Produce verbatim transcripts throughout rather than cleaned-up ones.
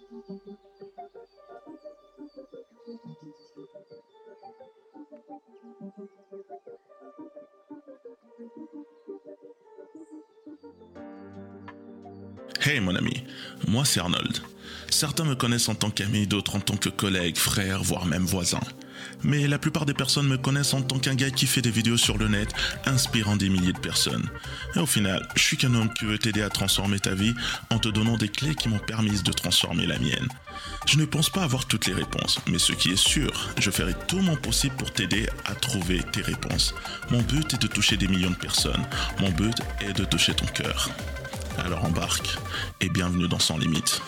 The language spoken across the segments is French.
Hey mon ami, moi c'est Arnold. Certains me connaissent en tant qu'ami, d'autres en tant que collègue, frère, voire même voisin. Mais la plupart des personnes me connaissent en tant qu'un gars qui fait des vidéos sur le net, inspirant des milliers de personnes. Et au final, je suis qu'un homme qui veut t'aider à transformer ta vie en te donnant des clés qui m'ont permis de transformer la mienne. Je ne pense pas avoir toutes les réponses, mais ce qui est sûr, je ferai tout mon possible pour t'aider à trouver tes réponses. Mon but est de toucher des millions de personnes. Mon but est de toucher ton cœur. Alors embarque et bienvenue dans Sans Limite.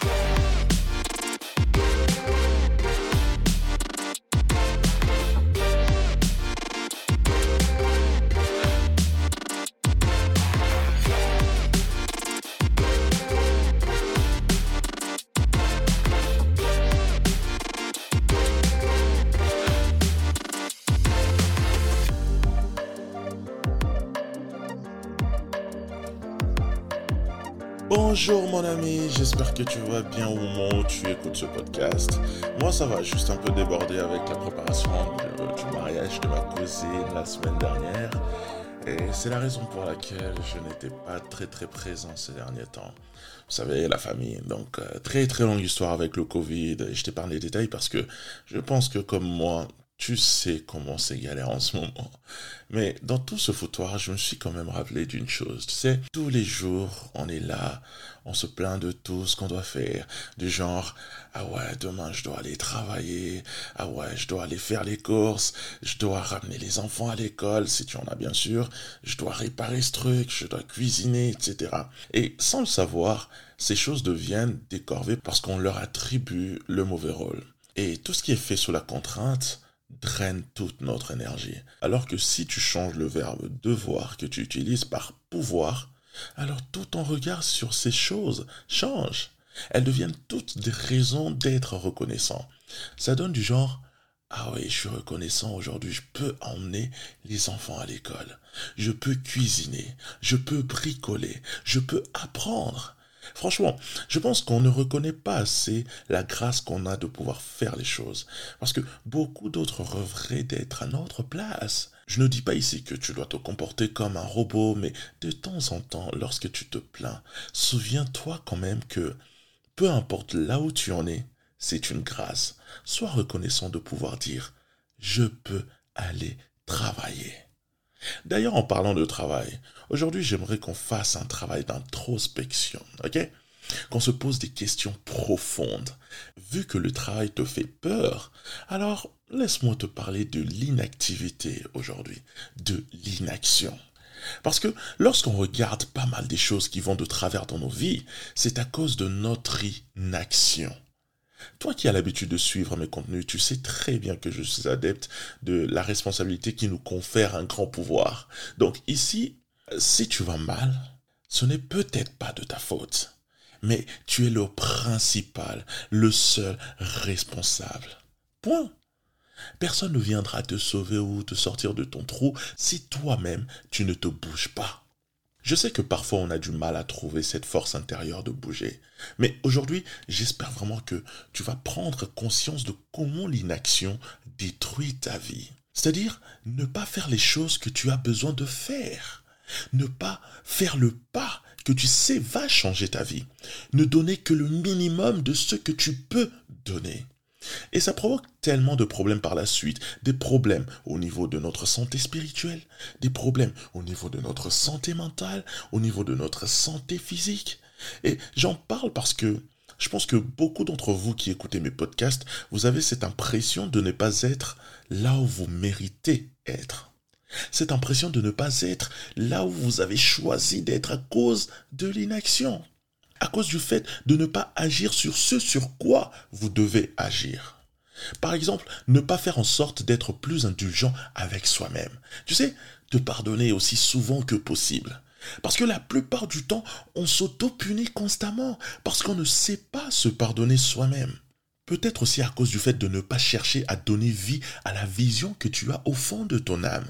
Bonjour mon ami, j'espère que tu vas bien au moment où tu écoutes ce podcast. Moi ça va, juste un peu débordé avec la préparation du, du mariage de ma cousine la semaine dernière. Et c'est la raison pour laquelle je n'étais pas très très présent ces derniers temps. Vous savez, la famille, donc euh, très très longue histoire avec le Covid. Et je t'épargne les détails parce que je pense que comme moi, tu sais comment c'est galère en ce moment. Mais dans tout ce foutoir, je me suis quand même rappelé d'une chose. Tu sais, tous les jours, on est là, on se plaint de tout ce qu'on doit faire. Du genre, ah ouais, demain je dois aller travailler. Ah ouais, je dois aller faire les courses. Je dois ramener les enfants à l'école, si tu en as bien sûr. Je dois réparer ce truc, je dois cuisiner, et cetera. Et sans le savoir, ces choses deviennent des corvées parce qu'on leur attribue le mauvais rôle. Et tout ce qui est fait sous la contrainte draine toute notre énergie. Alors que si tu changes le verbe devoir que tu utilises par pouvoir, alors tout ton regard sur ces choses change. Elles deviennent toutes des raisons d'être reconnaissant. Ça donne du genre, ah oui, je suis reconnaissant aujourd'hui, je peux emmener les enfants à l'école, je peux cuisiner, je peux bricoler, je peux apprendre. Franchement, je pense qu'on ne reconnaît pas assez la grâce qu'on a de pouvoir faire les choses. Parce que beaucoup d'autres rêveraient d'être à notre place. Je ne dis pas ici que tu dois te comporter comme un robot, mais de temps en temps, lorsque tu te plains, souviens-toi quand même que, peu importe là où tu en es, c'est une grâce. Sois reconnaissant de pouvoir dire « Je peux aller travailler ». D'ailleurs, en parlant de travail, aujourd'hui, j'aimerais qu'on fasse un travail d'introspection, ok? Qu'on se pose des questions profondes. Vu que le travail te fait peur, alors laisse-moi te parler de l'inactivité aujourd'hui, de l'inaction. Parce que lorsqu'on regarde pas mal des choses qui vont de travers dans nos vies, c'est à cause de notre inaction. Toi qui as l'habitude de suivre mes contenus, tu sais très bien que je suis adepte de la responsabilité qui nous confère un grand pouvoir. Donc ici, si tu vas mal, ce n'est peut-être pas de ta faute, mais tu es le principal, le seul responsable. Point. Personne ne viendra te sauver ou te sortir de ton trou si toi-même tu ne te bouges pas. Je sais que parfois on a du mal à trouver cette force intérieure de bouger. Mais aujourd'hui, j'espère vraiment que tu vas prendre conscience de comment l'inaction détruit ta vie. C'est-à-dire ne pas faire les choses que tu as besoin de faire. Ne pas faire le pas que tu sais va changer ta vie. Ne donner que le minimum de ce que tu peux donner. Et ça provoque tellement de problèmes par la suite, des problèmes au niveau de notre santé spirituelle, des problèmes au niveau de notre santé mentale, au niveau de notre santé physique. Et j'en parle parce que je pense que beaucoup d'entre vous qui écoutez mes podcasts, vous avez cette impression de ne pas être là où vous méritez être. Cette impression de ne pas être là où vous avez choisi d'être à cause de l'inaction. À cause du fait de ne pas agir sur ce sur quoi vous devez agir. Par exemple, ne pas faire en sorte d'être plus indulgent avec soi-même. Tu sais, te pardonner aussi souvent que possible. Parce que la plupart du temps, on s'auto-punit constamment parce qu'on ne sait pas se pardonner soi-même. Peut-être aussi à cause du fait de ne pas chercher à donner vie à la vision que tu as au fond de ton âme.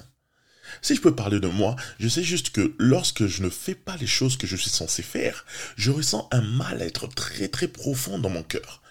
Si je peux parler de moi, je sais juste que lorsque je ne fais pas les choses que je suis censé faire, je ressens un mal-être très très profond dans mon cœur.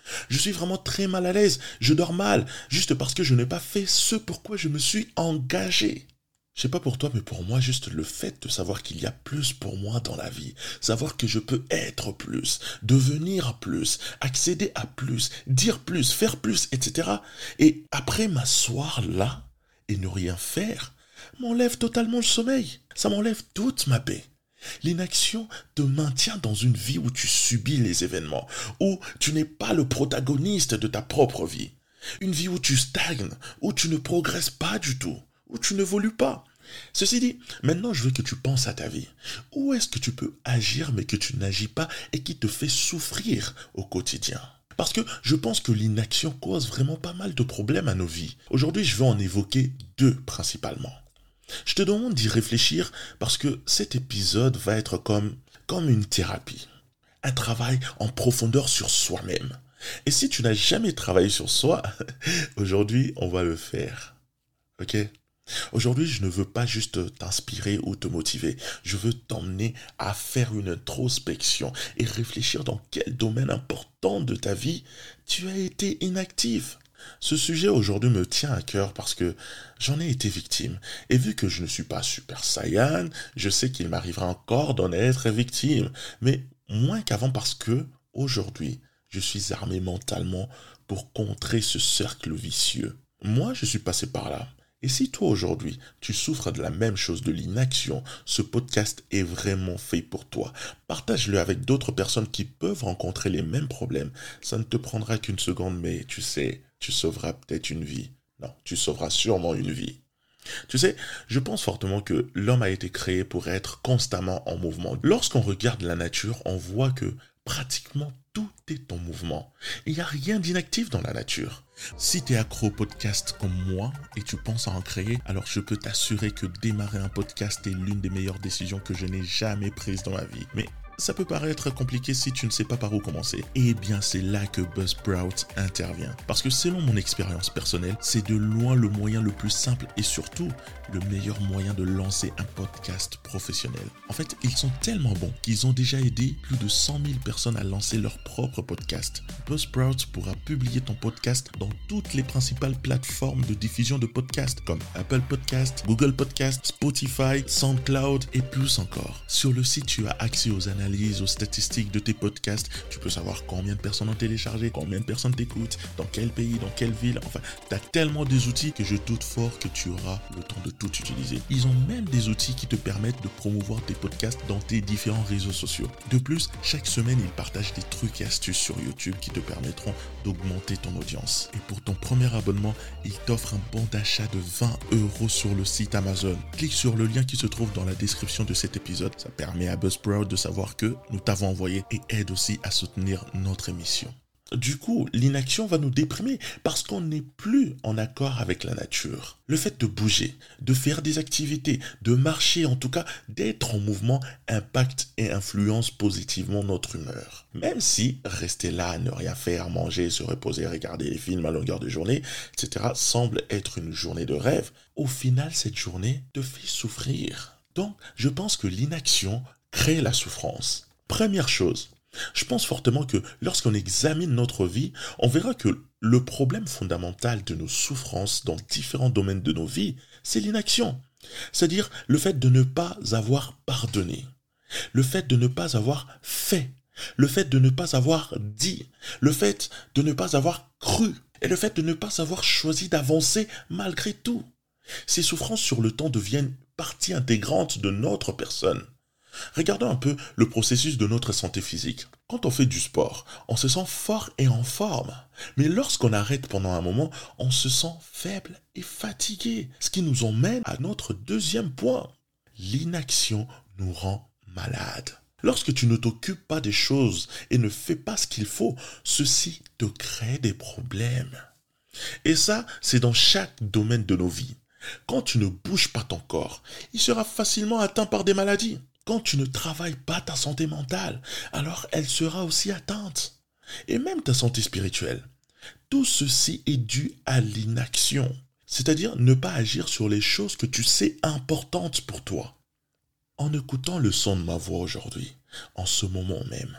Je suis vraiment très mal à l'aise. Je dors mal, juste parce que je n'ai pas fait ce pourquoi je me suis engagé. Je sais pas pour toi, mais pour moi, juste le fait de savoir qu'il y a plus pour moi dans la vie, savoir que je peux être plus, devenir plus, accéder à plus, dire plus, faire plus, et cetera. Et après m'asseoir là et ne rien faire, m'enlève totalement le sommeil. Ça m'enlève toute ma paix. L'inaction te maintient dans une vie où tu subis les événements, où tu n'es pas le protagoniste de ta propre vie. Une vie où tu stagnes, où tu ne progresses pas du tout, où tu n'évolues pas. Ceci dit, maintenant je veux que tu penses à ta vie. Où est-ce que tu peux agir mais que tu n'agis pas et qui te fait souffrir au quotidien? Parce que je pense que l'inaction cause vraiment pas mal de problèmes à nos vies. Aujourd'hui, je vais en évoquer deux principalement. Je te demande d'y réfléchir parce que cet épisode va être comme, comme une thérapie. Un travail en profondeur sur soi-même. Et si tu n'as jamais travaillé sur soi, aujourd'hui, on va le faire. Ok? Aujourd'hui, je ne veux pas juste t'inspirer ou te motiver. Je veux t'emmener à faire une introspection et réfléchir dans quel domaine important de ta vie tu as été inactif. Ce sujet aujourd'hui me tient à cœur parce que j'en ai été victime. Et vu que je ne suis pas Super Saiyan, je sais qu'il m'arrivera encore d'en être victime. Mais moins qu'avant parce que, aujourd'hui, je suis armé mentalement pour contrer ce cercle vicieux. Moi, je suis passé par là. Et si toi aujourd'hui, tu souffres de la même chose, de l'inaction, ce podcast est vraiment fait pour toi. Partage-le avec d'autres personnes qui peuvent rencontrer les mêmes problèmes. Ça ne te prendra qu'une seconde, mais tu sais, tu sauveras peut-être une vie. Non, tu sauveras sûrement une vie. Tu sais, je pense fortement que l'homme a été créé pour être constamment en mouvement. Lorsqu'on regarde la nature, on voit que pratiquement tout est en mouvement. Il n'y a rien d'inactif dans la nature. Si tu es accro au podcast comme moi et tu penses à en créer, alors je peux t'assurer que démarrer un podcast est l'une des meilleures décisions que je n'ai jamais prises dans ma vie. Mais ça peut paraître compliqué si tu ne sais pas par où commencer. Eh bien, c'est là que Buzzsprout intervient. Parce que selon mon expérience personnelle, c'est de loin le moyen le plus simple et surtout le meilleur moyen de lancer un podcast professionnel. En fait, ils sont tellement bons qu'ils ont déjà aidé plus de cent mille personnes à lancer leur propre podcast. Buzzsprout pourra publier ton podcast dans toutes les principales plateformes de diffusion de podcasts comme Apple Podcasts, Google Podcasts, Spotify, SoundCloud et plus encore. Sur le site, tu as accès aux analyses aux statistiques de tes podcasts, tu peux savoir combien de personnes ont téléchargé, combien de personnes t'écoutent, dans quel pays, dans quelle ville, enfin, tu as tellement des outils que je doute fort que tu auras le temps de tout utiliser. Ils ont même des outils qui te permettent de promouvoir tes podcasts dans tes différents réseaux sociaux. De plus, chaque semaine, ils partagent des trucs et astuces sur YouTube qui te permettront d'augmenter ton audience. Et pour ton premier abonnement, ils t'offrent un bon d'achat de vingt euros sur le site Amazon. Clique sur le lien qui se trouve dans la description de cet épisode. Ça permet à Buzzsprout de savoir que nous t'avons envoyé et aide aussi à soutenir notre émission. Du coup, l'inaction va nous déprimer parce qu'on n'est plus en accord avec la nature. Le fait de bouger, de faire des activités, de marcher, en tout cas d'être en mouvement, impacte et influence positivement notre humeur. Même si rester là, ne rien faire, manger, se reposer, regarder les films à longueur de journée, et cetera semble être une journée de rêve, au final, cette journée te fait souffrir. Donc, je pense que l'inaction crée la souffrance. Première chose, je pense fortement que lorsqu'on examine notre vie, on verra que le problème fondamental de nos souffrances dans différents domaines de nos vies, c'est l'inaction. C'est-à-dire le fait de ne pas avoir pardonné, le fait de ne pas avoir fait, le fait de ne pas avoir dit, le fait de ne pas avoir cru et le fait de ne pas avoir choisi d'avancer malgré tout. Ces souffrances sur le temps deviennent partie intégrante de notre personne. Regardons un peu le processus de notre santé physique. Quand on fait du sport, on se sent fort et en forme. Mais lorsqu'on arrête pendant un moment, on se sent faible et fatigué. Ce qui nous emmène à notre deuxième point. L'inaction nous rend malades. Lorsque tu ne t'occupes pas des choses et ne fais pas ce qu'il faut, ceci te crée des problèmes. Et ça, c'est dans chaque domaine de nos vies. Quand tu ne bouges pas ton corps, il sera facilement atteint par des maladies. Quand tu ne travailles pas ta santé mentale, alors elle sera aussi atteinte. Et même ta santé spirituelle. Tout ceci est dû à l'inaction. C'est-à-dire ne pas agir sur les choses que tu sais importantes pour toi. En écoutant le son de ma voix aujourd'hui, en ce moment même,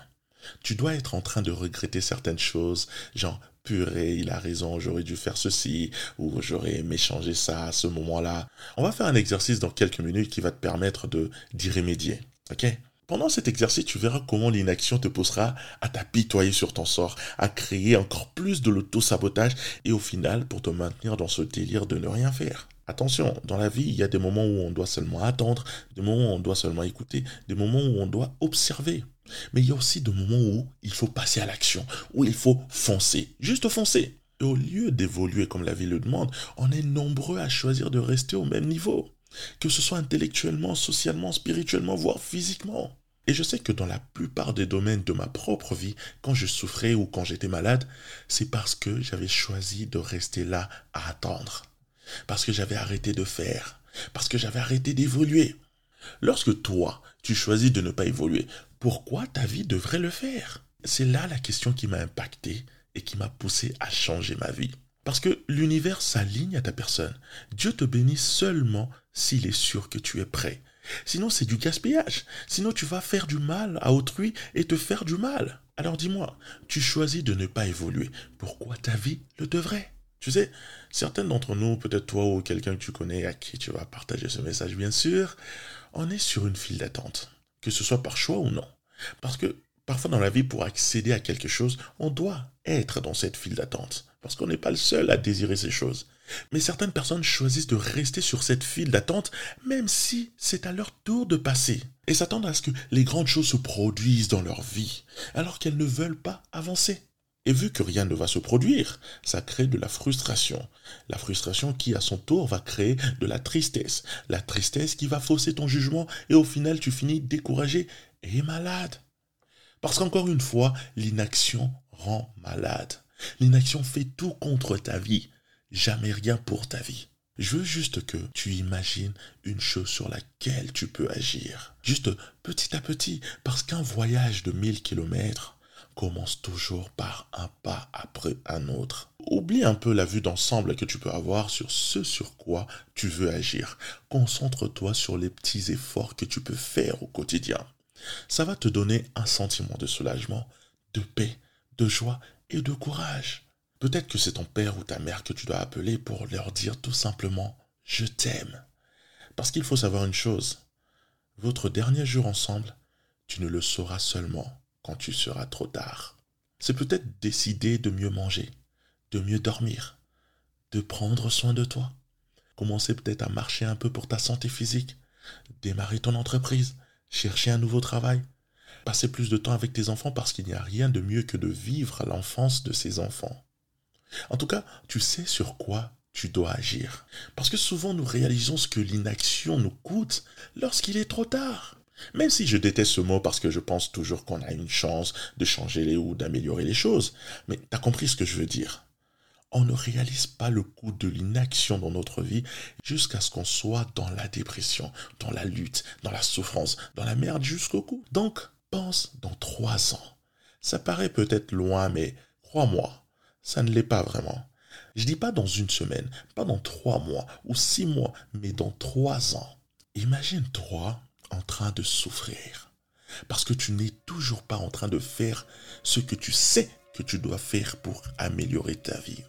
Tu dois être en train de regretter certaines choses, genre purée, il a raison, j'aurais dû faire ceci, ou j'aurais aimé changer ça à ce moment-là. On va faire un exercice dans quelques minutes qui va te permettre de d'y remédier, ok? Pendant cet exercice, tu verras comment l'inaction te poussera à t'apitoyer sur ton sort, à créer encore plus de l'auto-sabotage et au final pour te maintenir dans ce délire de ne rien faire. Attention, dans la vie, il y a des moments où on doit seulement attendre, des moments où on doit seulement écouter, des moments où on doit observer. Mais il y a aussi des moments où il faut passer à l'action, où il faut foncer, juste foncer. Et au lieu d'évoluer comme la vie le demande, on est nombreux à choisir de rester au même niveau. Que ce soit intellectuellement, socialement, spirituellement, voire physiquement. Et je sais que dans la plupart des domaines de ma propre vie, quand je souffrais ou quand j'étais malade, c'est parce que j'avais choisi de rester là à attendre. Parce que j'avais arrêté de faire. Parce que j'avais arrêté d'évoluer. Lorsque toi, tu choisis de ne pas évoluer, pourquoi ta vie devrait le faire? C'est là la question qui m'a impacté et qui m'a poussé à changer ma vie. Parce que l'univers s'aligne à ta personne. Dieu te bénit seulement s'il est sûr que tu es prêt. Sinon, c'est du gaspillage. Sinon, tu vas faire du mal à autrui et te faire du mal. Alors dis-moi, tu choisis de ne pas évoluer. Pourquoi ta vie le devrait? Tu sais, certains d'entre nous, peut-être toi ou quelqu'un que tu connais à qui tu vas partager ce message, bien sûr, on est sur une file d'attente. Que ce soit par choix ou non. Parce que parfois dans la vie, pour accéder à quelque chose, on doit être dans cette file d'attente. Parce qu'on n'est pas le seul à désirer ces choses. Mais certaines personnes choisissent de rester sur cette file d'attente, même si c'est à leur tour de passer. Et s'attendent à ce que les grandes choses se produisent dans leur vie, alors qu'elles ne veulent pas avancer. Et vu que rien ne va se produire, ça crée de la frustration. La frustration qui, à son tour, va créer de la tristesse. La tristesse qui va fausser ton jugement et au final, tu finis découragé et malade. Parce qu'encore une fois, l'inaction rend malade. L'inaction fait tout contre ta vie, jamais rien pour ta vie. Je veux juste que tu imagines une chose sur laquelle tu peux agir. Juste petit à petit, parce qu'un voyage de mille kilomètres commence toujours par un pas après un autre. Oublie un peu la vue d'ensemble que tu peux avoir sur ce sur quoi tu veux agir. Concentre-toi sur les petits efforts que tu peux faire au quotidien. Ça va te donner un sentiment de soulagement, de paix, de joie et de courage. Peut-être que c'est ton père ou ta mère que tu dois appeler pour leur dire tout simplement « je t'aime ». Parce qu'il faut savoir une chose, votre dernier jour ensemble, tu ne le sauras seulement quand tu seras trop tard. C'est peut-être décider de mieux manger, de mieux dormir, de prendre soin de toi. Commencer peut-être à marcher un peu pour ta santé physique, démarrer ton entreprise, chercher un nouveau travail, passer plus de temps avec tes enfants parce qu'il n'y a rien de mieux que de vivre l'enfance de ses enfants. En tout cas, tu sais sur quoi tu dois agir. Parce que souvent nous réalisons ce que l'inaction nous coûte lorsqu'il est trop tard. Même si je déteste ce mot parce que je pense toujours qu'on a une chance de changer les ou d'améliorer les choses. Mais t'as compris ce que je veux dire. On ne réalise pas le coût de l'inaction dans notre vie jusqu'à ce qu'on soit dans la dépression, dans la lutte, dans la souffrance, dans la merde jusqu'au cou. Donc, pense dans trois ans. Ça paraît peut-être loin, mais crois-moi, ça ne l'est pas vraiment. Je dis pas dans une semaine, pas dans trois mois ou six mois, mais dans trois ans. Imagine-toi en train de souffrir. Parce que tu n'es toujours pas en train de faire ce que tu sais que tu dois faire pour améliorer ta vie.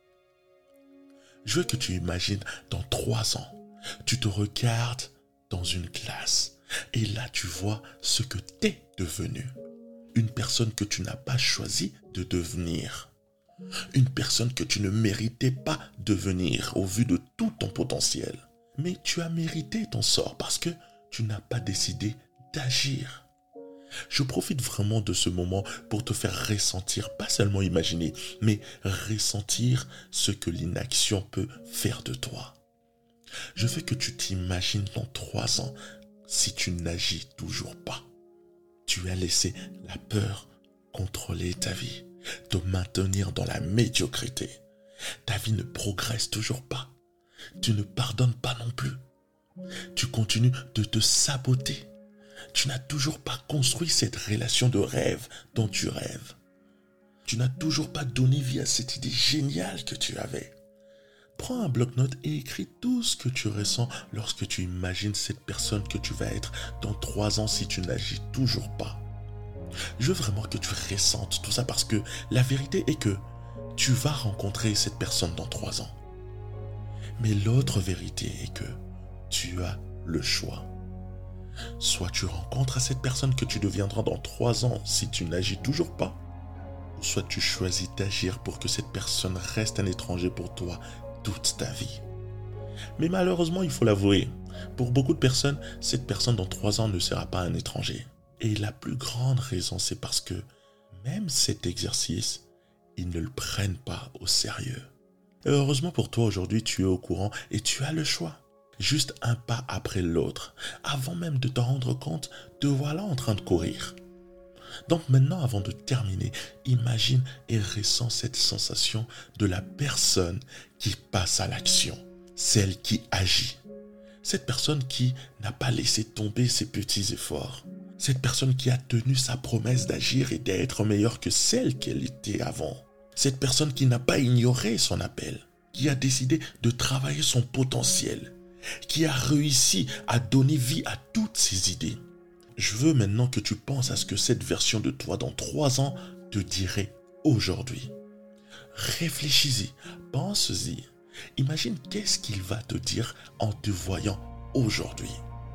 Je veux que tu imagines dans trois ans, tu te regardes dans une classe et là tu vois ce que tu es devenu. Une personne que tu n'as pas choisi de devenir. Une personne que tu ne méritais pas devenir au vu de tout ton potentiel. Mais tu as mérité ton sort parce que tu n'as pas décidé d'agir. Je profite vraiment de ce moment pour te faire ressentir, pas seulement imaginer, mais ressentir ce que l'inaction peut faire de toi. Je veux que tu t'imagines dans trois ans si tu n'agis toujours pas. Tu as laissé la peur contrôler ta vie, te maintenir dans la médiocrité. Ta vie ne progresse toujours pas. Tu ne pardonnes pas non plus. Tu continues de te saboter. Tu n'as toujours pas construit cette relation de rêve dont tu rêves. Tu n'as toujours pas donné vie à cette idée géniale que tu avais. Prends un bloc-notes et écris tout ce que tu ressens lorsque tu imagines cette personne que tu vas être dans trois ans si tu n'agis toujours pas. Je veux vraiment que tu ressentes tout ça parce que la vérité est que tu vas rencontrer cette personne dans trois ans. Mais l'autre vérité est que tu as le choix. Soit tu rencontres cette personne que tu deviendras dans trois ans si tu n'agis toujours pas, ou soit tu choisis d'agir pour que cette personne reste un étranger pour toi toute ta vie. Mais malheureusement, il faut l'avouer, pour beaucoup de personnes, cette personne dans trois ans ne sera pas un étranger. Et la plus grande raison, c'est parce que même cet exercice, ils ne le prennent pas au sérieux. Et heureusement pour toi, aujourd'hui, tu es au courant et tu as le choix. Juste un pas après l'autre. Avant même de te rendre compte, te voilà en train de courir. Donc maintenant, avant de terminer, imagine et ressens cette sensation de la personne qui passe à l'action. Celle qui agit. Cette personne qui n'a pas laissé tomber ses petits efforts. Cette personne qui a tenu sa promesse d'agir et d'être meilleure que celle qu'elle était avant. Cette personne qui n'a pas ignoré son appel. Qui a décidé de travailler son potentiel. Qui a réussi à donner vie à toutes ses idées. Je veux maintenant que tu penses à ce que cette version de toi dans trois ans te dirait aujourd'hui. Réfléchis-y, pense-y. Imagine qu'est-ce qu'il va te dire en te voyant aujourd'hui.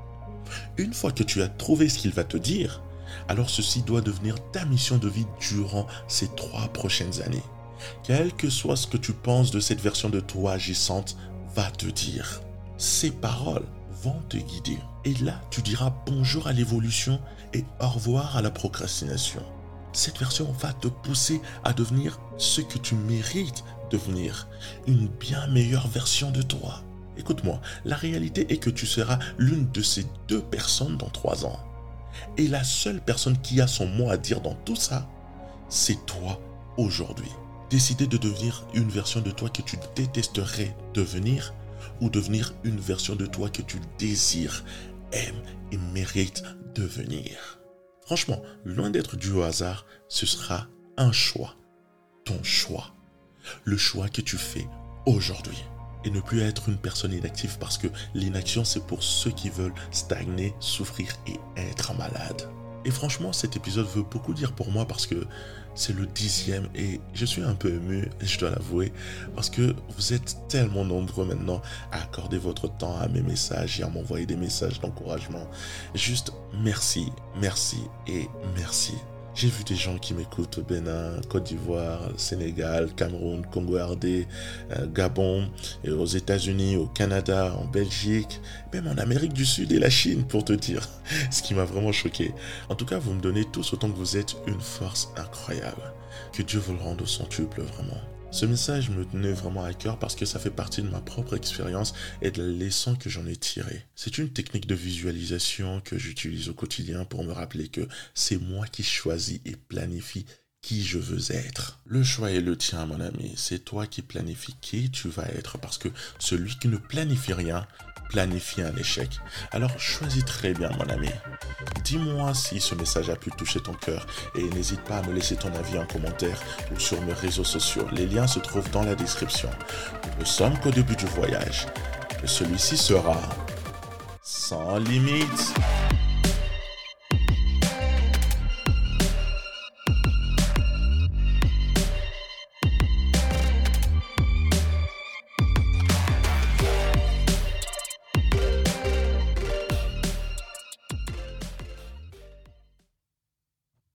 Une fois que tu as trouvé ce qu'il va te dire, alors ceci doit devenir ta mission de vie durant ces trois prochaines années. Quel que soit ce que tu penses de cette version de toi agissante, va te dire. Ces paroles vont te guider. Et là, tu diras bonjour à l'évolution et au revoir à la procrastination. Cette version va te pousser à devenir ce que tu mérites devenir, une bien meilleure version de toi. Écoute-moi, la réalité est que tu seras l'une de ces deux personnes dans trois ans. Et la seule personne qui a son mot à dire dans tout ça, c'est toi aujourd'hui. Décider de devenir une version de toi que tu détesterais devenir ou devenir une version de toi que tu désires, aimes et mérites devenir. Franchement, loin d'être dû au hasard, ce sera un choix. Ton choix. Le choix que tu fais aujourd'hui. Et ne plus être une personne inactive parce que l'inaction, c'est pour ceux qui veulent stagner, souffrir et être malades. Et franchement, cet épisode veut beaucoup dire pour moi parce que c'est le dixième et je suis un peu ému, je dois l'avouer, parce que vous êtes tellement nombreux maintenant à accorder votre temps à mes messages et à m'envoyer des messages d'encouragement. Juste merci, merci et merci. J'ai vu des gens qui m'écoutent au Bénin, Côte d'Ivoire, Sénégal, Cameroun, Congo R D, euh, Gabon, et aux États-Unis, au Canada, en Belgique, même en Amérique du Sud et la Chine pour te dire, ce qui m'a vraiment choqué. En tout cas, vous me donnez tous autant que vous êtes une force incroyable. Que Dieu vous le rende au centuple, vraiment. Ce message me tenait vraiment à cœur parce que ça fait partie de ma propre expérience et de la leçon que j'en ai tirée. C'est une technique de visualisation que j'utilise au quotidien pour me rappeler que c'est moi qui choisis et planifie qui je veux être. Le choix est le tien, mon ami. C'est toi qui planifies qui tu vas être parce que celui qui ne planifie rien planifie un échec. Alors choisis très bien, mon ami. Dis-moi si ce message a pu toucher ton cœur et n'hésite pas à me laisser ton avis en commentaire ou sur mes réseaux sociaux. Les liens se trouvent dans la description. Nous ne sommes qu'au début du voyage. Et celui-ci sera sans limite.